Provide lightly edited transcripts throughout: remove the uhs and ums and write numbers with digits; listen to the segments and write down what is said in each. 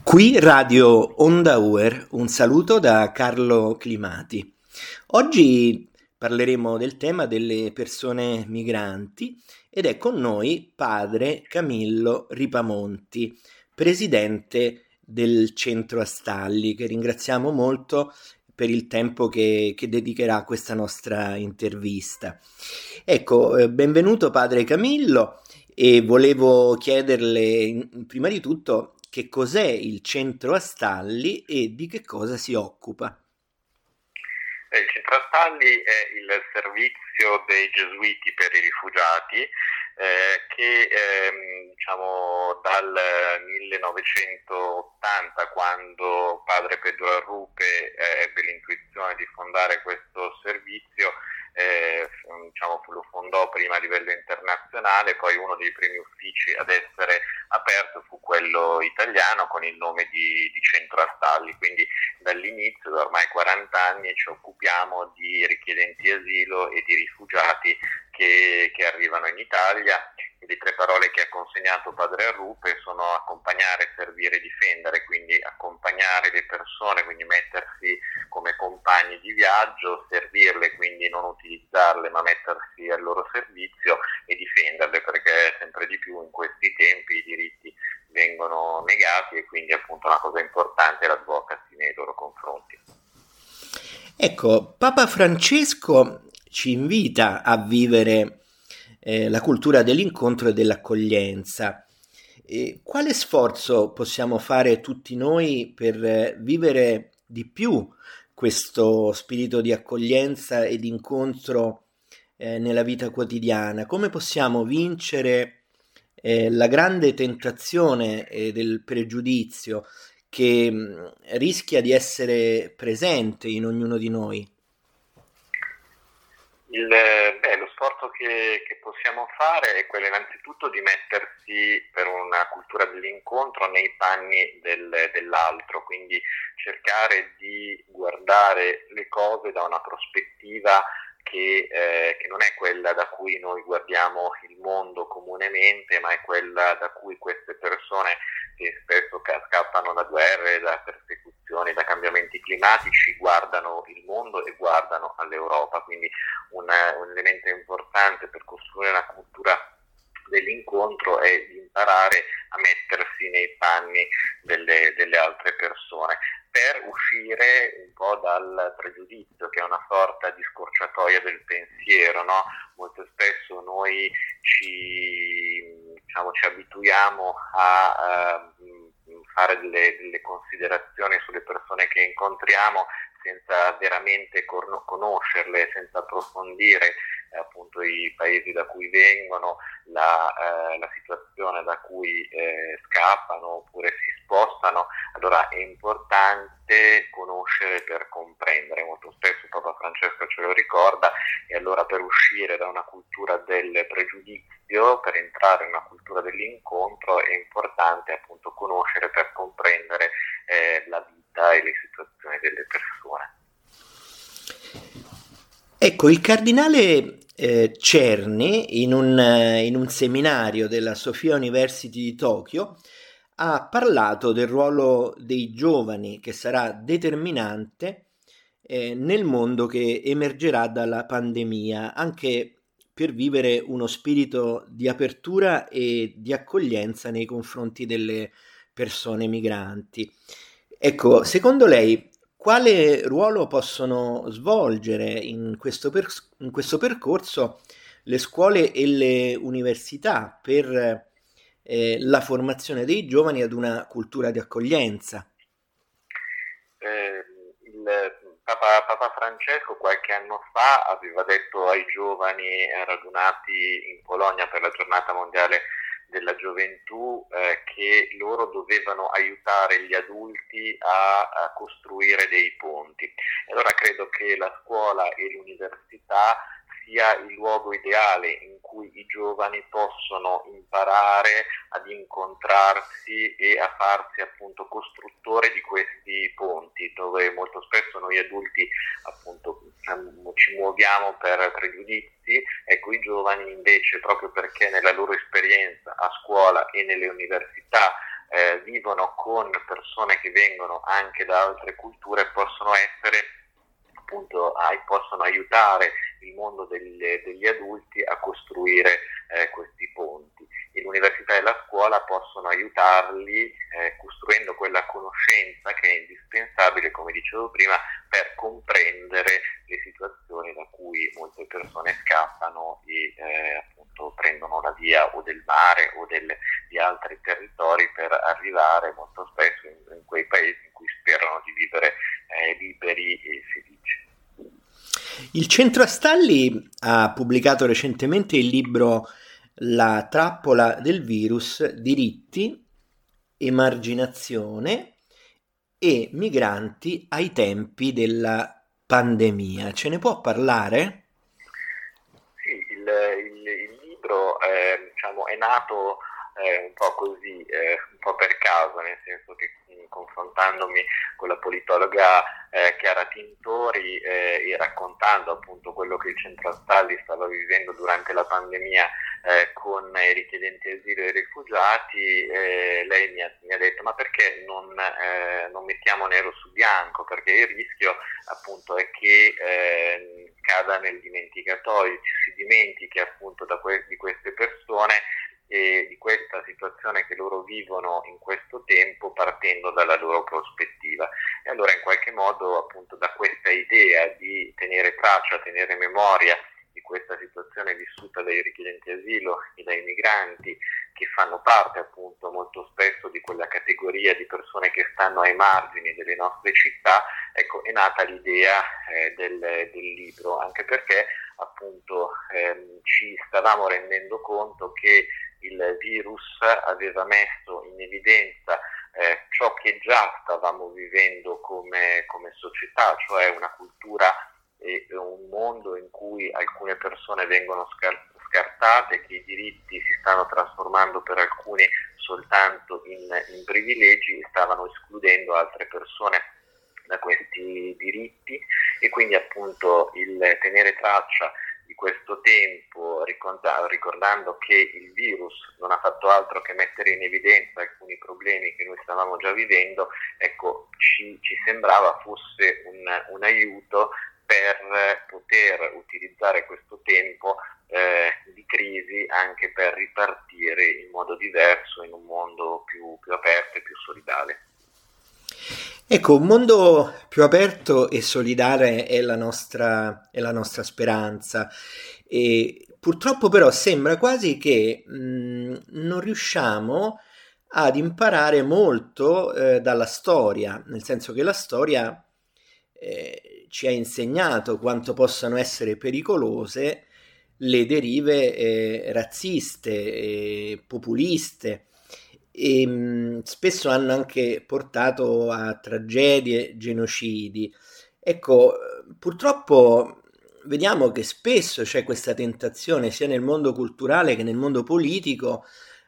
Qui Radio Onda Uer, un saluto da Carlo Climati. Oggi parleremo del tema delle persone migranti ed è con noi padre Camillo Ripamonti, presidente del Centro Astalli, che ringraziamo molto per il tempo che dedicherà a questa nostra intervista. Ecco, benvenuto padre Camillo e volevo chiederle prima di tutto che cos'è il Centro Astalli e di che cosa si occupa. Il Centro Astalli è il servizio dei Gesuiti per i rifugiati che dal 1980, quando padre Pedro Arrupe ebbe l'intuizione di fondare questo servizio, lo fondò prima a livello internazionale, poi uno dei primi uffici ad essere aperto fu quello italiano con il nome di Centro Astalli, quindi dall'inizio, da ormai 40 anni, ci occupiamo di richiedenti asilo e di rifugiati che arrivano in Italia. Le tre parole che ha consegnato padre Arrupe sono accompagnare, servire, difendere, quindi accompagnare le persone, quindi mettersi come compagni di viaggio, servirle, quindi non utilizzarle ma mettersi al loro servizio, e difenderle, perché sempre di più in questi tempi i diritti vengono negati e quindi appunto una cosa importante è l'advocacy nei loro confronti. Ecco, Papa Francesco ci invita a vivere la cultura dell'incontro e dell'accoglienza. Quale sforzo possiamo fare tutti noi per vivere di più questo spirito di accoglienza e di incontro nella vita quotidiana? Come possiamo vincere la grande tentazione del pregiudizio che rischia di essere presente in ognuno di noi? Lo sforzo che possiamo fare è quello innanzitutto di mettersi, per una cultura dell'incontro, nei panni dell'altro, quindi cercare di guardare le cose da una prospettiva che non è quella da cui noi guardiamo il mondo comunemente, ma è quella da cui queste persone, che spesso scappano da guerre, da persecuzioni, da cambiamenti climatici, guardano il mondo e guardano all'Europa. Quindi un elemento importante per costruire una cultura dell'incontro è di imparare a mettersi nei panni delle altre persone, per uscire un po' dal pregiudizio, che è una sorta di scorciatoia del pensiero, no? Molto spesso noi ci abituiamo a fare delle considerazioni sulle persone che incontriamo senza veramente conoscerle, senza approfondire appunto i paesi da cui vengono, la situazione da cui scappano oppure si spostano. Allora è importante conoscere per comprendere, molto spesso Papa Francesco ce lo ricorda, e allora per uscire da una cultura del pregiudizio, per entrare in una cultura dell'incontro, è importante appunto conoscere per comprendere la vita e le situazioni delle persone. Ecco, il cardinale Cerni, in un seminario della Sophia University di Tokyo, ha parlato del ruolo dei giovani, che sarà determinante nel mondo che emergerà dalla pandemia, anche per vivere uno spirito di apertura e di accoglienza nei confronti delle persone migranti. Ecco, secondo lei quale ruolo possono svolgere in questo percorso le scuole e le università per la formazione dei giovani ad una cultura di accoglienza? Papa Francesco qualche anno fa aveva detto ai giovani radunati in Polonia per la giornata mondiale della gioventù che loro dovevano aiutare gli adulti a costruire dei ponti. E allora credo che la scuola e l'università sia il luogo ideale in cui i giovani possono imparare ad incontrarsi e a farsi appunto costruttori di questi ponti, dove molto spesso noi adulti appunto ci muoviamo per pregiudizi. Ecco, i giovani invece, proprio perché nella loro esperienza a scuola e nelle università vivono con persone che vengono anche da altre culture possono essere appunto possono aiutare il mondo degli adulti a costruire questi ponti. E l'università e la scuola possono aiutarli costruendo quella conoscenza che è indispensabile, come dicevo prima, per comprendere le situazioni da cui molte persone scappano e appunto prendono la via o del mare o di altri territori per arrivare molto spesso in quei paesi in cui sperano di vivere liberi e felici. Il Centro Astalli ha pubblicato recentemente il libro La trappola del virus, diritti, emarginazione e migranti ai tempi della pandemia. Ce ne può parlare? Sì, il libro diciamo, è nato un po' così, un po' per caso, nel senso che confrontandomi con la politologa Chiara Tintori e raccontando appunto quello che il Centro Astalli stava vivendo durante la pandemia con i richiedenti asilo e i rifugiati, lei mi ha detto ma perché non mettiamo nero su bianco, perché il rischio appunto è che cada nel dimenticatoio, ci si dimentichi appunto di queste persone e di questa situazione che loro vivono in questo tempo partendo dalla loro prospettiva. E allora in qualche modo appunto da questa idea di tenere traccia, tenere memoria di questa situazione vissuta dai richiedenti asilo e dai migranti che fanno parte appunto molto spesso di quella categoria di persone che stanno ai margini delle nostre città, ecco è nata l'idea del libro, anche perché appunto ci stavamo rendendo conto che il virus aveva messo in evidenza ciò che già stavamo vivendo come società, cioè una cultura e un mondo in cui alcune persone vengono scartate, che i diritti si stanno trasformando per alcuni soltanto in privilegi e stavano escludendo altre persone da questi diritti, e quindi appunto il tenere traccia di questo tempo, ricordando che il virus non ha fatto altro che mettere in evidenza alcuni problemi che noi stavamo già vivendo, ecco, ci sembrava fosse un aiuto per poter utilizzare questo tempo di crisi anche per ripartire in modo diverso, in un mondo più aperto e più solidale. Ecco, un mondo più aperto e solidale è la nostra speranza. E purtroppo però sembra quasi che non riusciamo ad imparare molto dalla storia, nel senso che la storia ci ha insegnato quanto possano essere pericolose le derive razziste e populiste, e spesso hanno anche portato a tragedie, genocidi. Ecco, purtroppo vediamo che spesso c'è questa tentazione sia nel mondo culturale che nel mondo politico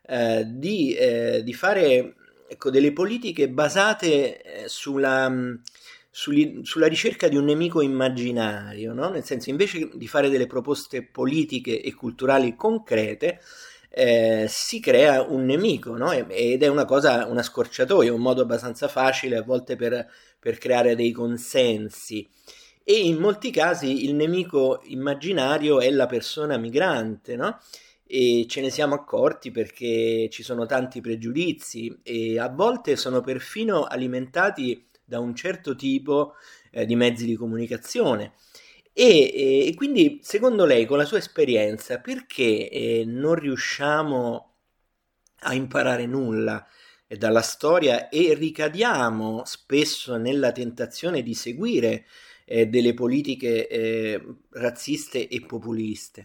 di fare, ecco, delle politiche basate sulla ricerca di un nemico immaginario, no? Nel senso, invece di fare delle proposte politiche e culturali concrete, si crea un nemico, no? Ed è una scorciatoia, un modo abbastanza facile a volte per creare dei consensi. E in molti casi il nemico immaginario è la persona migrante, no? E ce ne siamo accorti perché ci sono tanti pregiudizi e a volte sono perfino alimentati da un certo tipo di mezzi di comunicazione. E quindi, secondo lei, con la sua esperienza, perché non riusciamo a imparare nulla dalla storia e ricadiamo spesso nella tentazione di seguire delle politiche razziste e populiste?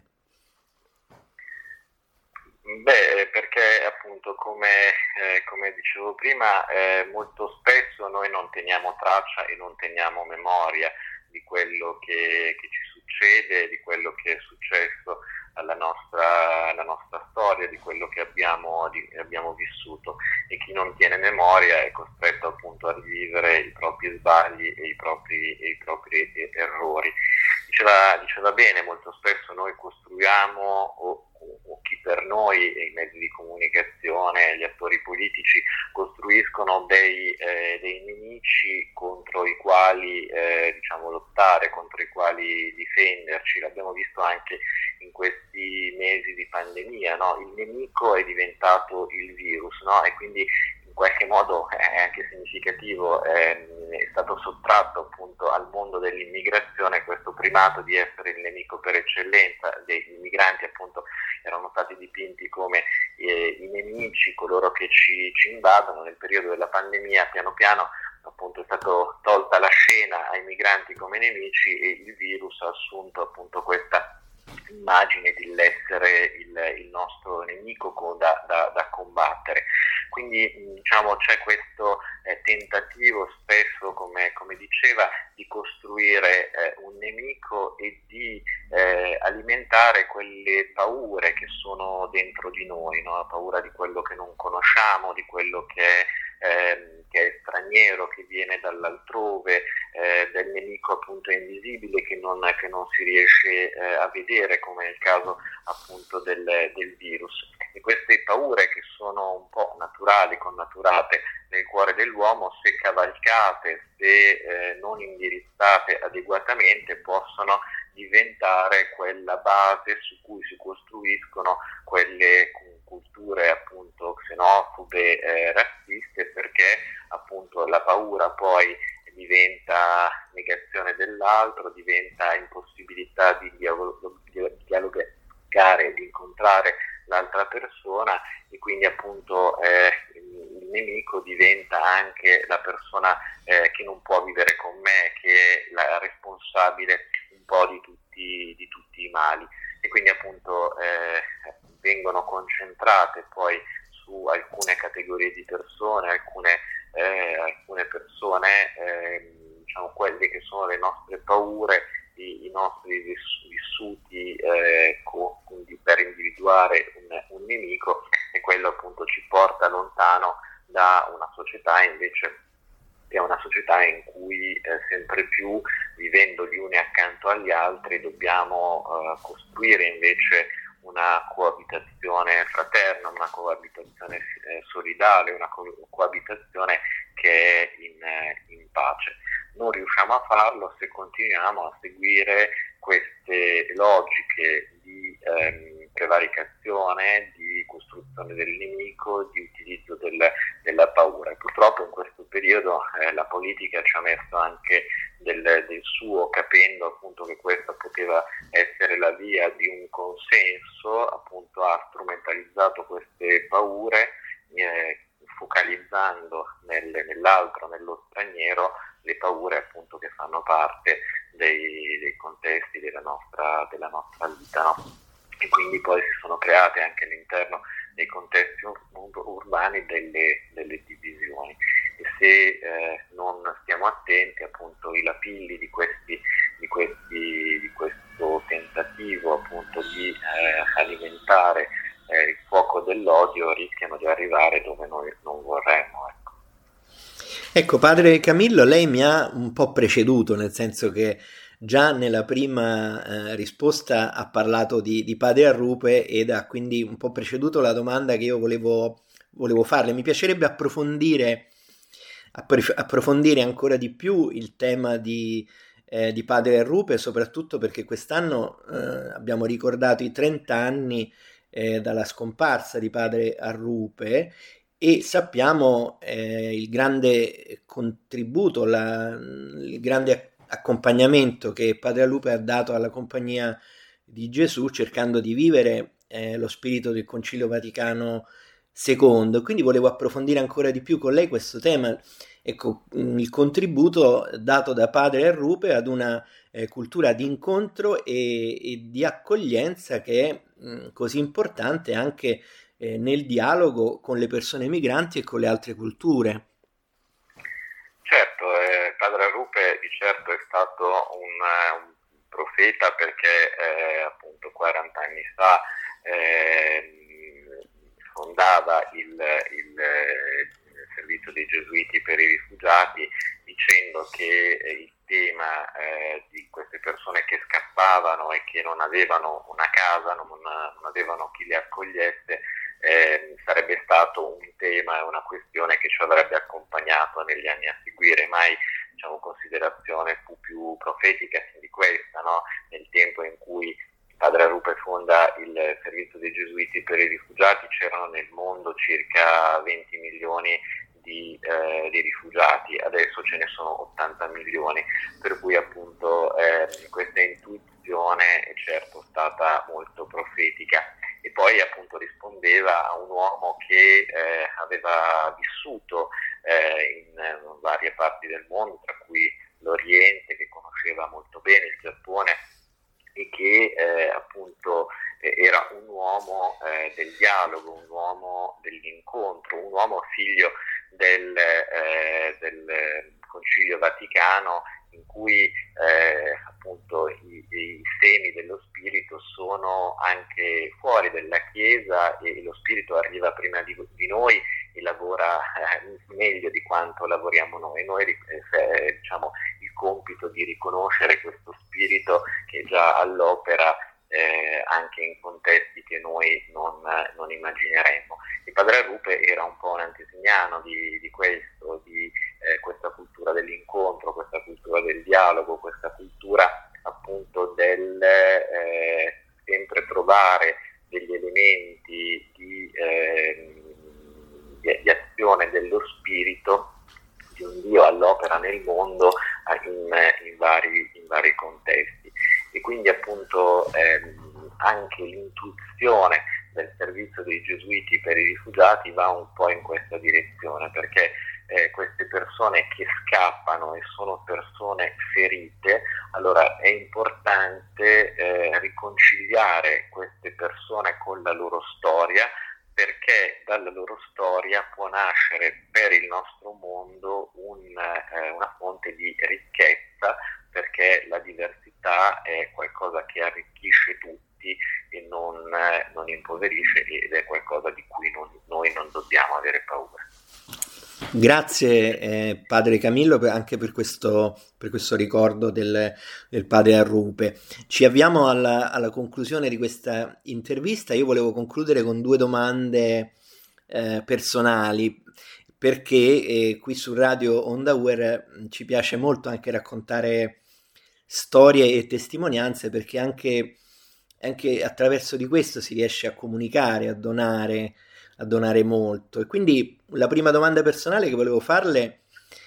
Beh, perché appunto come dicevo prima, molto spesso noi non teniamo traccia e non teniamo memoria di quello che ci succede, di quello che è successo alla nostra storia, di quello che abbiamo vissuto, e chi non tiene memoria è costretto appunto a rivivere i propri sbagli e i propri errori. diceva bene, molto spesso noi costruiamo o chi per noi, i mezzi di comunicazione, gli attori politici costruiscono dei nemici contro i quali lottare, contro i quali difenderci. L'abbiamo visto anche in questi mesi di pandemia, no? Il nemico è diventato il virus, no? E quindi in qualche modo è anche significativo, è stato sottratto appunto al mondo dell'immigrazione questo primato di essere il nemico per eccellenza. Dei migranti appunto erano stati dipinti come i nemici, coloro che ci invadono. Nel periodo della pandemia piano piano appunto è stata tolta la scena ai migranti come nemici e il virus ha assunto appunto questa immagine dell'essere il nostro nemico da combattere. Quindi c'è questo tentativo spesso, come diceva, di costruire un nemico e di alimentare quelle paure che sono dentro di noi, no? La paura di quello che non conosciamo, di quello che è straniero, che viene dall'altrove, del nemico appunto invisibile che non si riesce a vedere, come è il caso appunto del virus. E queste paure, che sono un po' naturali, connaturate nel cuore dell'uomo, se cavalcate, se non indirizzate adeguatamente, possono diventare quella base su cui si costruiscono quelle culture appunto xenofobe, razziste, perché appunto la paura poi diventa negazione dell'altro, diventa impossibilità di dialogare, di incontrare l'altra persona, e quindi appunto il nemico diventa anche la persona che non può vivere con me, che è la responsabile un po' di tutti i mali. E quindi appunto vengono concentrate poi su alcune categorie di persone, alcune persone, quelle che sono le nostre paure, i nostri vissuti per individuare un nemico, e quello appunto ci porta lontano da una società invece che è una società in cui sempre più, vivendo gli uni accanto agli altri, dobbiamo costruire invece una coabitazione fraterna, una coabitazione solidale, una coabitazione che è in pace. Non riusciamo a farlo se continuiamo a seguire queste logiche di prevaricazione, di costruzione del nemico, di utilizzo della paura. E purtroppo in questo periodo la politica ci ha messo anche del suo, capendo appunto che questa poteva essere la via di un consenso, appunto ha strumentalizzato queste paure, focalizzando nell'altro, nello straniero, le paure appunto che fanno parte dei contesti della nostra vita, no? E quindi poi si sono create anche all'interno dei contesti urbani delle divisioni, e se non stiamo attenti, appunto i lapilli di questo tentativo appunto di alimentare il fuoco dell'odio rischiano di arrivare dove noi non vorremmo. Ecco, padre Camillo, lei mi ha un po' preceduto, nel senso che già nella prima risposta ha parlato di padre Arrupe ed ha quindi un po' preceduto la domanda che io volevo farle. Mi piacerebbe approfondire ancora di più il tema di padre Arrupe, soprattutto perché quest'anno abbiamo ricordato i 30 anni dalla scomparsa di padre Arrupe, e sappiamo il grande contributo, il grande accompagnamento che padre Arrupe ha dato alla Compagnia di Gesù, cercando di vivere lo spirito del Concilio Vaticano II. Quindi volevo approfondire ancora di più con lei questo tema, ecco, il contributo dato da padre Arrupe ad una cultura di incontro e di accoglienza che è così importante anche nel dialogo con le persone migranti e con le altre culture. Certo, padre Arrupe di certo è stato un profeta, perché appunto 40 anni fa fondava il servizio dei Gesuiti per i rifugiati, dicendo che il tema di queste persone che scappavano scappavano e che non avevano una casa, non avevano chi li accogliesse, sarebbe stato un tema e una questione che ci avrebbe accompagnato negli anni a seguire. Mai, diciamo, considerazione fu più profetica di questa, no? Nel tempo in cui Padre Arrupe fonda il servizio dei Gesuiti per i rifugiati, c'erano nel mondo circa 20 milioni di rifugiati, adesso ce ne sono 80 milioni, per cui appunto questa intuizione è certo stata molto profetica. E poi appunto rispondeva a un uomo che aveva vissuto in varie parti del mondo, tra cui l'Oriente, che conosceva molto bene il Giappone e che appunto era un uomo del dialogo, un uomo dell'incontro, un uomo figlio del Concilio Vaticano, in cui appunto i semi dello spirito sono anche fuori dalla Chiesa e lo spirito arriva prima di noi e lavora meglio di quanto lavoriamo noi. Noi diciamo il compito di riconoscere questo spirito che è già all'opera anche in contesti che noi non immagineremmo. Il Padre Arrupe era un po' un antesignano di questo, di questa cultura dell'incontro, questa cultura del dialogo, questa cultura appunto del sempre trovare degli elementi di azione dello spirito di un Dio all'opera nel mondo in vari contesti. E quindi appunto anche l'intuizione del servizio dei Gesuiti per i rifugiati va un po' in questa direzione, perché queste persone che scappano e sono persone ferite, allora è importante riconciliare queste persone con la loro storia, perché dalla loro storia può nascere per il nostro mondo una fonte di ricchezza, perché la diversità è qualcosa che arricchisce tutti e non impoverisce, ed è qualcosa di cui noi non dobbiamo avere paura. Grazie Padre Camillo anche per questo ricordo del Padre Arrupe. Ci avviamo alla conclusione di questa intervista. Io volevo concludere con due domande personali, perché qui su Radio Onda UR ci piace molto anche raccontare storie e testimonianze, perché anche attraverso di questo si riesce a comunicare, a donare molto. E quindi la prima domanda personale che volevo farle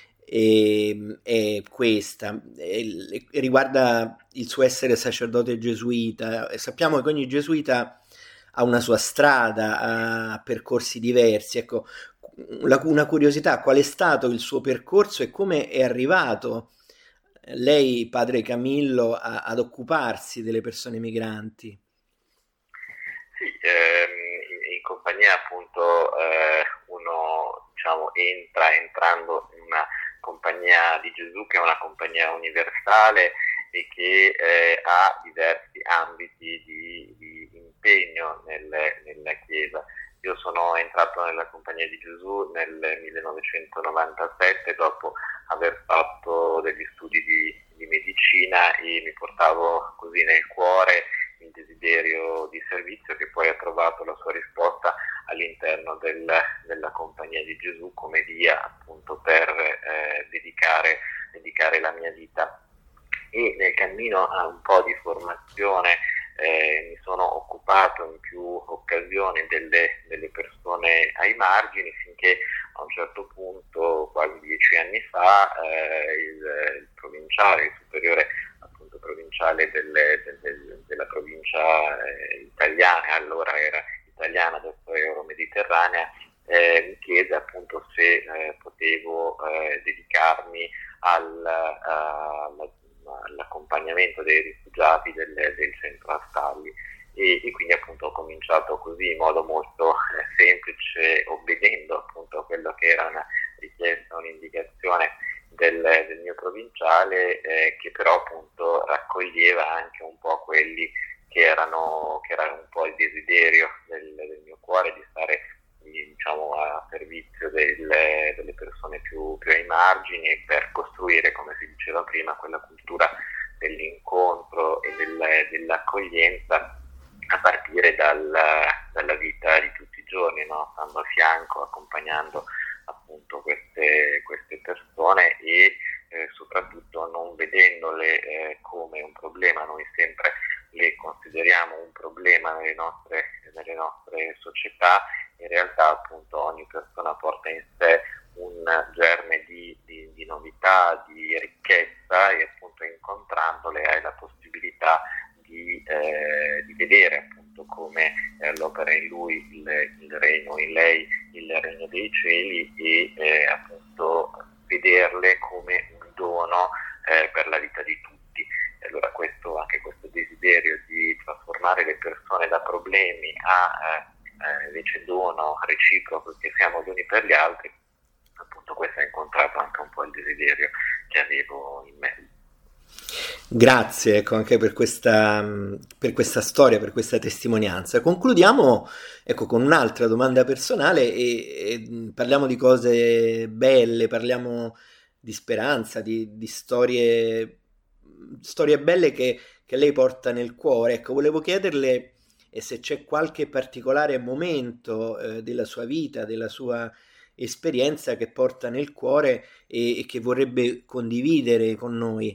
è questa, riguarda il suo essere sacerdote gesuita. Sappiamo che ogni gesuita ha una sua strada, ha percorsi diversi. Ecco, una curiosità: qual è stato il suo percorso e come è arrivato lei, Padre Camillo, ad occuparsi delle persone migranti? Sì, in compagnia appunto uno, diciamo, entrando in una compagnia di Gesù, che è una compagnia universale e che ha diversi ambiti di impegno nella Chiesa. Io sono entrato nella Compagnia di Gesù nel 1997, dopo aver fatto degli studi di medicina, e mi portavo così nel cuore il desiderio di servizio, che poi ha trovato la sua risposta all'interno della Compagnia di Gesù come via appunto per dedicare la mia vita. E nel cammino a un po' di formazione mi sono occupato in più occasioni delle persone ai margini, finché a un certo punto, quasi 10 anni fa, il provinciale, il superiore appunto provinciale della provincia italiana, allora era italiana, adesso è euromediterranea, mi chiese appunto se potevo dedicarmi all'accompagnamento dei rifugiati del centro Astalli, e quindi appunto ho cominciato così in modo molto semplice, obbedendo appunto a quello che era una richiesta, un'indicazione del mio provinciale, che però appunto raccoglieva anche un po' quelli che erano un po' il desiderio del mio cuore, di stare, diciamo, a servizio delle persone più ai margini, per costruire, come si diceva prima, quella cultura dell'incontro e dell'accoglienza a partire dalla vita di tutti i giorni, no? Stando a fianco, accompagnando appunto queste persone e soprattutto non vedendole come un problema. Noi sempre le consideriamo un problema nelle nostre società. In realtà appunto ogni persona porta in sé un germe di novità, di ricchezza, e appunto incontrandole hai la possibilità di vedere appunto come l'opera in lui il regno, in lei il regno dei cieli, e appunto vederle come un dono per la vita di tutti. E allora anche questo desiderio di trasformare le persone da problemi a invece dono reciproco che siamo gli uni per gli altri, appunto questo ha incontrato anche un po' il desiderio che avevo in me. Grazie, ecco, anche per questa storia, per questa testimonianza. Concludiamo, ecco, con un'altra domanda personale e parliamo di cose belle, parliamo di speranza, di storie belle che lei porta nel cuore. Ecco, volevo chiederle se c'è qualche particolare momento della sua vita, della sua esperienza che porta nel cuore e che vorrebbe condividere con noi.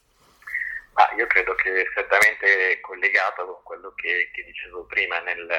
Io credo che certamente collegato con quello che dicevo prima,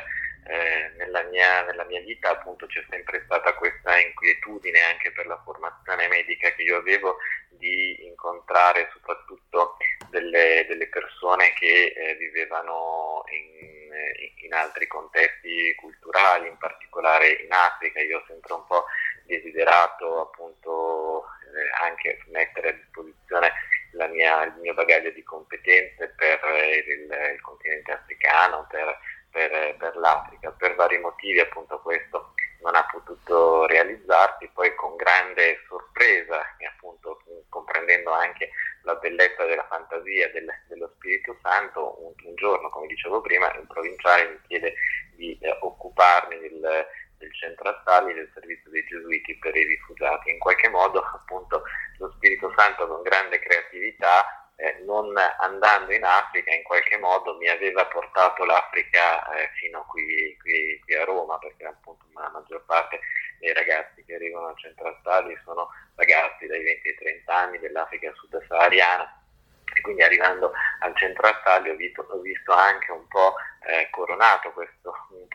nella mia vita appunto c'è sempre stata questa inquietudine anche per la formazione medica che io avevo, di incontrare soprattutto delle persone che vivevano in altri contesti culturali, in particolare in Africa. Io ho sempre un po' desiderato appunto anche mettere a disposizione il mio bagaglio di competenze per il continente africano, per l'Africa. Per vari motivi appunto questo non ha potuto realizzarsi, poi con grande sorpresa e appunto comprendendo anche la bellezza della fantasia dello Spirito Santo, un giorno, come dicevo prima, un provinciale mi chiede di occuparmi del centro Astalli, del servizio dei Gesuiti per i rifugiati. In qualche modo appunto lo Spirito Santo con grande creatività, non andando in Africa, in qualche modo mi aveva portato l'Africa fino qui a Roma, perché appunto la maggior parte dei ragazzi che arrivano al centro Astalli sono ragazzi dai 20 ai 30 anni dell'Africa subsahariana. E quindi arrivando al centro Astalli ho visto anche un po' coronato questo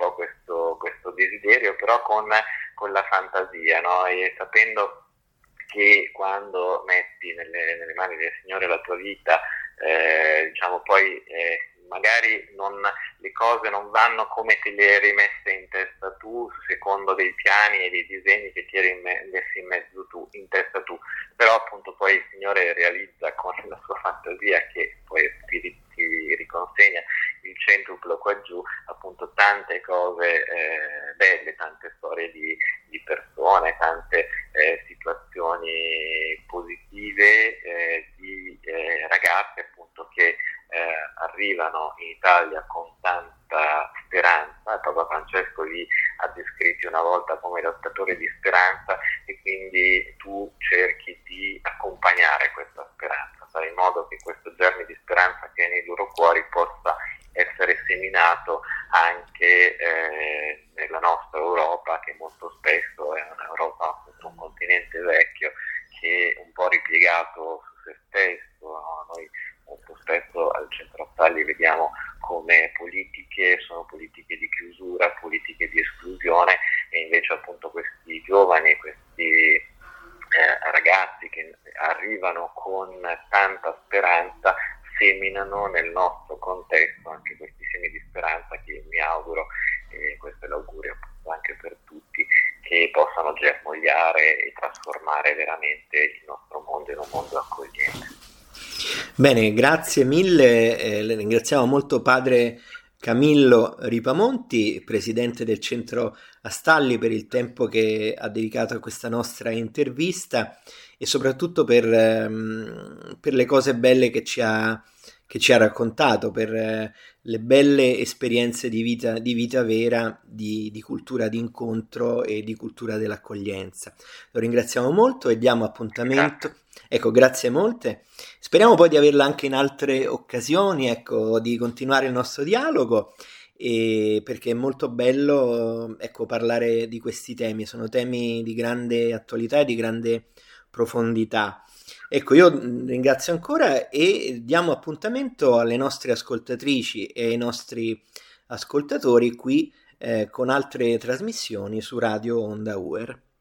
desiderio, però con la fantasia, no? E sapendo che quando metti nelle mani del Signore la tua vita, diciamo poi magari le cose non vanno come te le eri messe in testa tu, secondo dei piani e dei disegni che ti eri messi in testa tu, però appunto poi il Signore realizza con la sua fantasia, che poi ti riconsegna il centuplo qua giù, appunto tante cose belle, tante storie di persone, tante situazioni positive di ragazze appunto che arrivano in Italia con tanta speranza. Papa Francesco li ha descritti una volta come l'ottatore di speranza, e quindi tu cerchi di accompagnare questa speranza, fare in modo che questo germe di speranza che è nei loro cuori possa essere seminato anche nella nostra Europa, che molto spesso è un'Europa, un continente vecchio che è un po' ripiegato su se stesso, no? Noi molto spesso al centro Astalli vediamo come sono politiche di chiusura, politiche di esclusione, e invece appunto questi giovani, questi ragazzi che arrivano con tanta speranza seminano nel nostro contesto anche questi semi di speranza che mi auguro, e questo è l'augurio appunto anche per tutti, che possano germogliare e trasformare veramente il nostro mondo in un mondo accogliente. Bene, grazie mille, le ringraziamo molto Padre Camillo Ripamonti, presidente del centro Astalli, per il tempo che ha dedicato a questa nostra intervista e soprattutto per le cose belle che ci ha raccontato, per le belle esperienze di vita vera, di cultura d'incontro e di cultura dell'accoglienza. Lo ringraziamo molto e diamo appuntamento Ecco, grazie molte. Speriamo poi di averla anche in altre occasioni, ecco, di continuare il nostro dialogo, perché è molto bello, ecco, parlare di questi temi. Sono temi di grande attualità e di grande profondità. Ecco, io ringrazio ancora e diamo appuntamento alle nostre ascoltatrici e ai nostri ascoltatori qui con altre trasmissioni su Radio Onda UR.